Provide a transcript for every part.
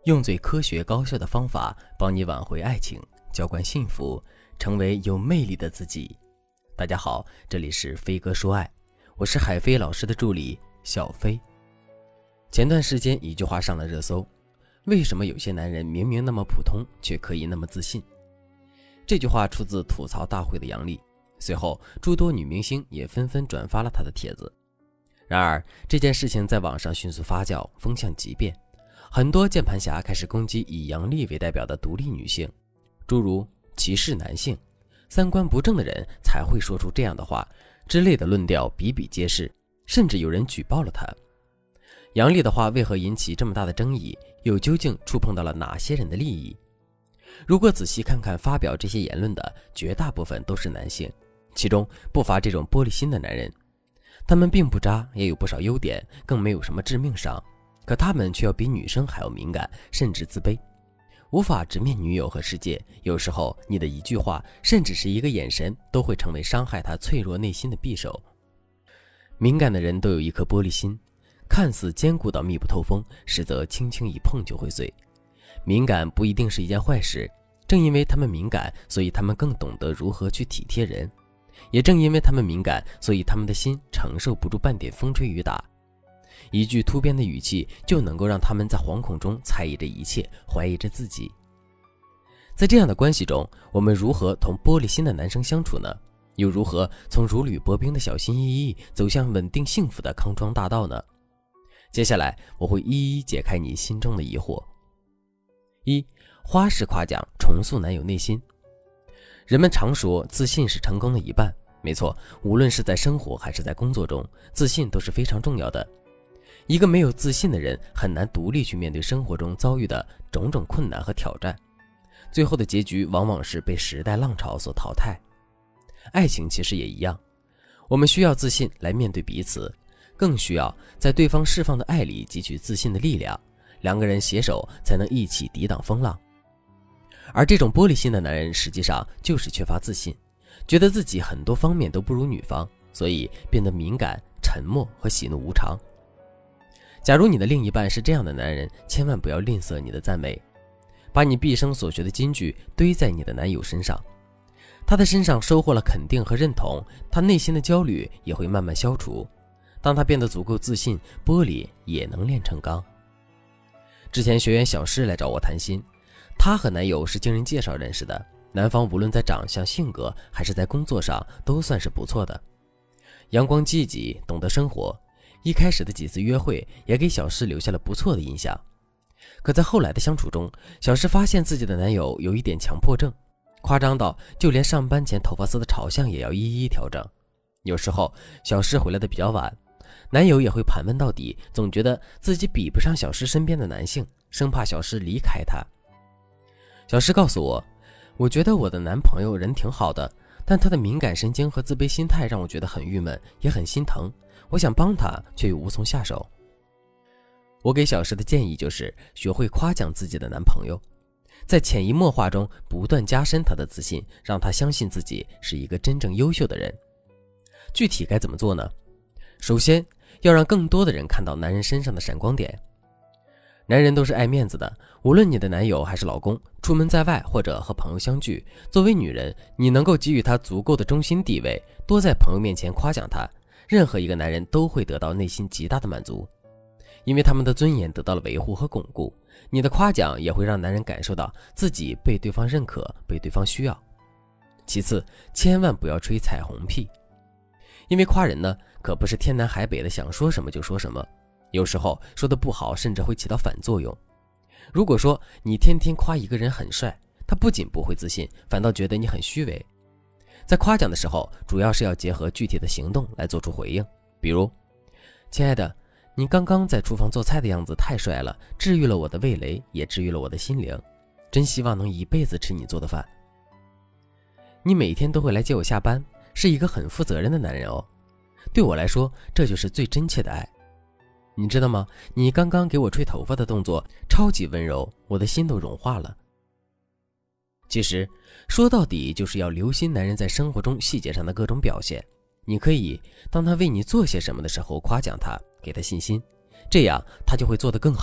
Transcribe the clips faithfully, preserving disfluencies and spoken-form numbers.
用最科学高效的方法帮你挽回爱情，浇灌幸福，成为有魅力的自己。大家好，这里是飞哥说爱，我是海飞老师的助理小飞。前段时间一句话上了热搜，为什么有些男人明明那么普通却可以那么自信？这句话出自吐槽大会的杨笠，随后诸多女明星也纷纷转发了他的帖子。然而这件事情在网上迅速发酵，风向急变，很多键盘侠开始攻击以杨笠为代表的独立女性，诸如歧视男性、三观不正的人才会说出这样的话之类的论调比比皆是，甚至有人举报了他。杨笠的话为何引起这么大的争议，又究竟触碰到了哪些人的利益？如果仔细看看发表这些言论的绝大部分都是男性，其中不乏这种玻璃心的男人。他们并不渣，也有不少优点，更没有什么致命伤，可他们却要比女生还要敏感，甚至自卑，无法直面女友和世界。有时候你的一句话，甚至是一个眼神，都会成为伤害他脆弱内心的匕首。敏感的人都有一颗玻璃心，看似坚固到密不透风，实则轻轻一碰就会碎。敏感不一定是一件坏事，正因为他们敏感，所以他们更懂得如何去体贴人，也正因为他们敏感，所以他们的心承受不住半点风吹雨打。一句突变的语气就能够让他们在惶恐中猜疑着一切，怀疑着自己。在这样的关系中，我们如何同玻璃心的男生相处呢？又如何从如履薄冰的小心翼翼走向稳定幸福的康庄大道呢？接下来我会一一解开你心中的疑惑。一、花式夸奖重塑男友内心。人们常说自信是成功的一半，没错，无论是在生活还是在工作中，自信都是非常重要的。一个没有自信的人很难独立去面对生活中遭遇的种种困难和挑战，最后的结局往往是被时代浪潮所淘汰。爱情其实也一样，我们需要自信来面对彼此，更需要在对方释放的爱里汲取自信的力量，两个人携手才能一起抵挡风浪。而这种玻璃心的男人实际上就是缺乏自信，觉得自己很多方面都不如女方，所以变得敏感、沉默和喜怒无常。假如你的另一半是这样的男人，千万不要吝啬你的赞美，把你毕生所学的金句堆在你的男友身上。他的身上收获了肯定和认同，他内心的焦虑也会慢慢消除。当他变得足够自信，玻璃也能炼成钢。之前学员小诗来找我谈心，她和男友是经人介绍认识的，男方无论在长相、性格还是在工作上都算是不错的，阳光积极，懂得生活。一开始的几次约会也给小诗留下了不错的印象。可在后来的相处中，小诗发现自己的男友有一点强迫症，夸张到就连上班前头发丝的朝向也要一一调整。有时候小诗回来的比较晚，男友也会盘问到底，总觉得自己比不上小诗身边的男性，生怕小诗离开他。小诗告诉我，我觉得我的男朋友人挺好的，但他的敏感神经和自卑心态让我觉得很郁闷，也很心疼。我想帮他，却又无从下手。我给小诗的建议就是学会夸奖自己的男朋友，在潜移默化中不断加深他的自信，让他相信自己是一个真正优秀的人。具体该怎么做呢？首先要让更多的人看到男人身上的闪光点。男人都是爱面子的，无论你的男友还是老公，出门在外或者和朋友相聚，作为女人，你能够给予他足够的中心地位，多在朋友面前夸奖他，任何一个男人都会得到内心极大的满足，因为他们的尊严得到了维护和巩固。你的夸奖也会让男人感受到自己被对方认可，被对方需要。其次，千万不要吹彩虹屁，因为夸人呢，可不是天南海北的想说什么就说什么，有时候说的不好，甚至会起到反作用。如果说你天天夸一个人很帅，他不仅不会自信，反倒觉得你很虚伪。在夸奖的时候，主要是要结合具体的行动来做出回应，比如，亲爱的，你刚刚在厨房做菜的样子太帅了，治愈了我的味蕾，也治愈了我的心灵，真希望能一辈子吃你做的饭。你每天都会来接我下班，是一个很负责任的男人哦，对我来说，这就是最真切的爱。你知道吗？你刚刚给我吹头发的动作超级温柔，我的心都融化了。其实说到底就是要留心男人在生活中细节上的各种表现。你可以当他为你做些什么的时候夸奖他，给他信心，这样他就会做得更好。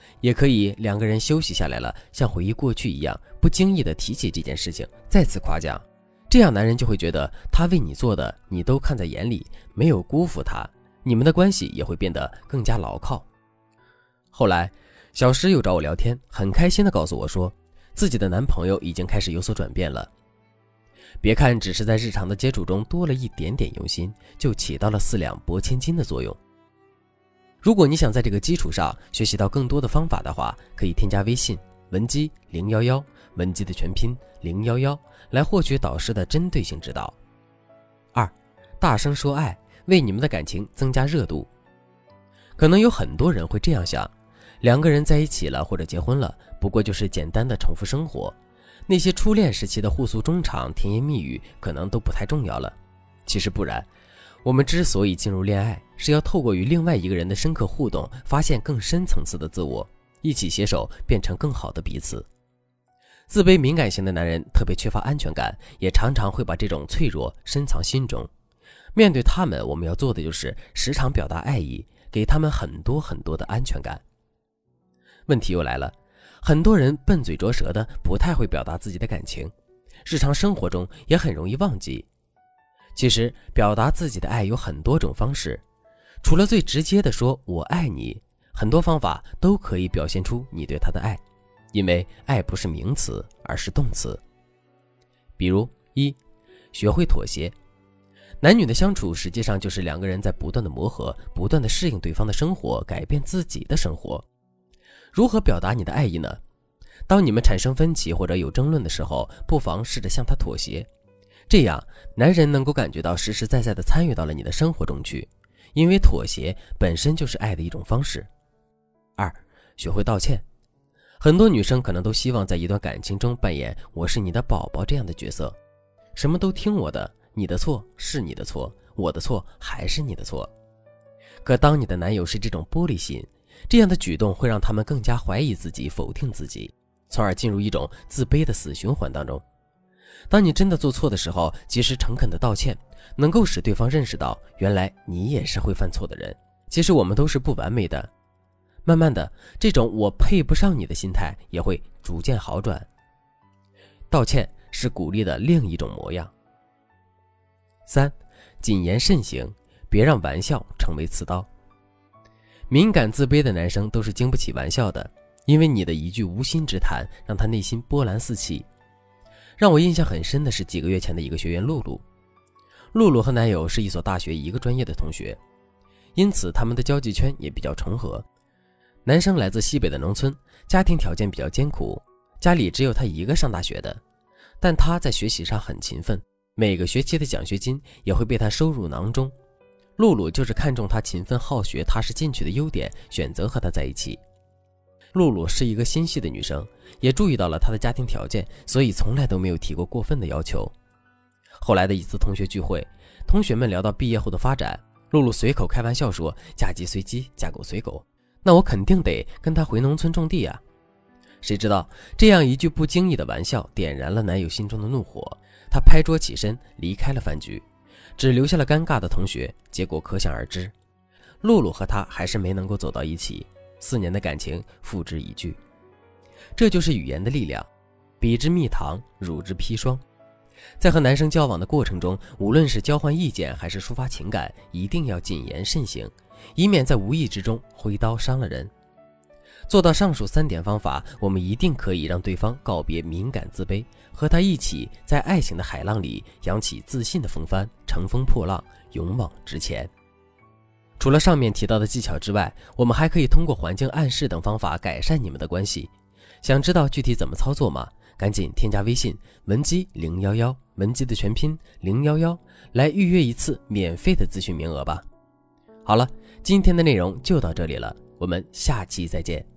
也可以两个人休息下来了，像回忆过去一样，不经意地提起这件事情，再次夸奖。这样男人就会觉得他为你做的你都看在眼里，没有辜负他，你们的关系也会变得更加牢靠。后来小诗又找我聊天，很开心地告诉我说，自己的男朋友已经开始有所转变了。别看只是在日常的接触中多了一点点用心，就起到了四两拨千斤的作用。如果你想在这个基础上学习到更多的方法的话，可以添加微信文姬零一一，文姬的全拼零一一，来获取导师的针对性指导。二，大声说爱，为你们的感情增加热度。可能有很多人会这样想，两个人在一起了或者结婚了，不过就是简单的重复生活，那些初恋时期的互诉衷肠、甜言蜜语可能都不太重要了。其实不然，我们之所以进入恋爱，是要透过与另外一个人的深刻互动，发现更深层次的自我，一起携手变成更好的彼此。自卑敏感型的男人特别缺乏安全感，也常常会把这种脆弱深藏心中。面对他们，我们要做的就是时常表达爱意，给他们很多很多的安全感。问题又来了，很多人笨嘴拙舌的，不太会表达自己的感情，日常生活中也很容易忘记。其实表达自己的爱有很多种方式，除了最直接的说我爱你，很多方法都可以表现出你对他的爱，因为爱不是名词，而是动词。比如一，学会妥协。男女的相处实际上就是两个人在不断的磨合，不断的适应对方的生活，改变自己的生活。如何表达你的爱意呢？当你们产生分歧或者有争论的时候，不妨试着向他妥协，这样男人能够感觉到实实在在地参与到了你的生活中去，因为妥协本身就是爱的一种方式。二，学会道歉。很多女生可能都希望在一段感情中扮演我是你的宝宝这样的角色，什么都听我的，你的错是你的错，我的错还是你的错。可当你的男友是这种玻璃心，这样的举动会让他们更加怀疑自己，否定自己，从而进入一种自卑的死循环当中。当你真的做错的时候，及时诚恳的道歉，能够使对方认识到原来你也是会犯错的人，其实我们都是不完美的。慢慢的，这种我配不上你的心态也会逐渐好转。道歉是鼓励的另一种模样。三，谨言慎行，别让玩笑成为刺刀。敏感自卑的男生都是经不起玩笑的，因为你的一句无心之谈，让他内心波澜四起。让我印象很深的是几个月前的一个学员露露。露露和男友是一所大学一个专业的同学，因此他们的交际圈也比较重合。男生来自西北的农村，家庭条件比较艰苦，家里只有他一个上大学的，但他在学习上很勤奋，每个学期的奖学金也会被他收入囊中。露露就是看中他勤奋好学、踏实进取的优点，选择和他在一起。露露是一个心细的女生，也注意到了他的家庭条件，所以从来都没有提过过分的要求。后来的一次同学聚会，同学们聊到毕业后的发展，露露随口开玩笑说，嫁鸡随鸡，嫁狗随狗，那我肯定得跟他回农村种地啊。谁知道这样一句不经意的玩笑点燃了男友心中的怒火，他拍桌起身离开了饭局，只留下了尴尬的同学，结果可想而知。露露和他还是没能够走到一起，四年的感情付之一炬。这就是语言的力量，比之蜜糖，乳之砒霜。在和男生交往的过程中，无论是交换意见还是抒发情感，一定要谨言慎行，以免在无意之中挥刀伤了人。做到上述三点方法，我们一定可以让对方告别敏感自卑，和他一起在爱情的海浪里扬起自信的风帆，乘风破浪，勇往直前。除了上面提到的技巧之外，我们还可以通过环境暗示等方法改善你们的关系。想知道具体怎么操作吗？赶紧添加微信文姬零一一，文姬的全拼零一一，来预约一次免费的咨询名额吧。好了，今天的内容就到这里了，我们下期再见。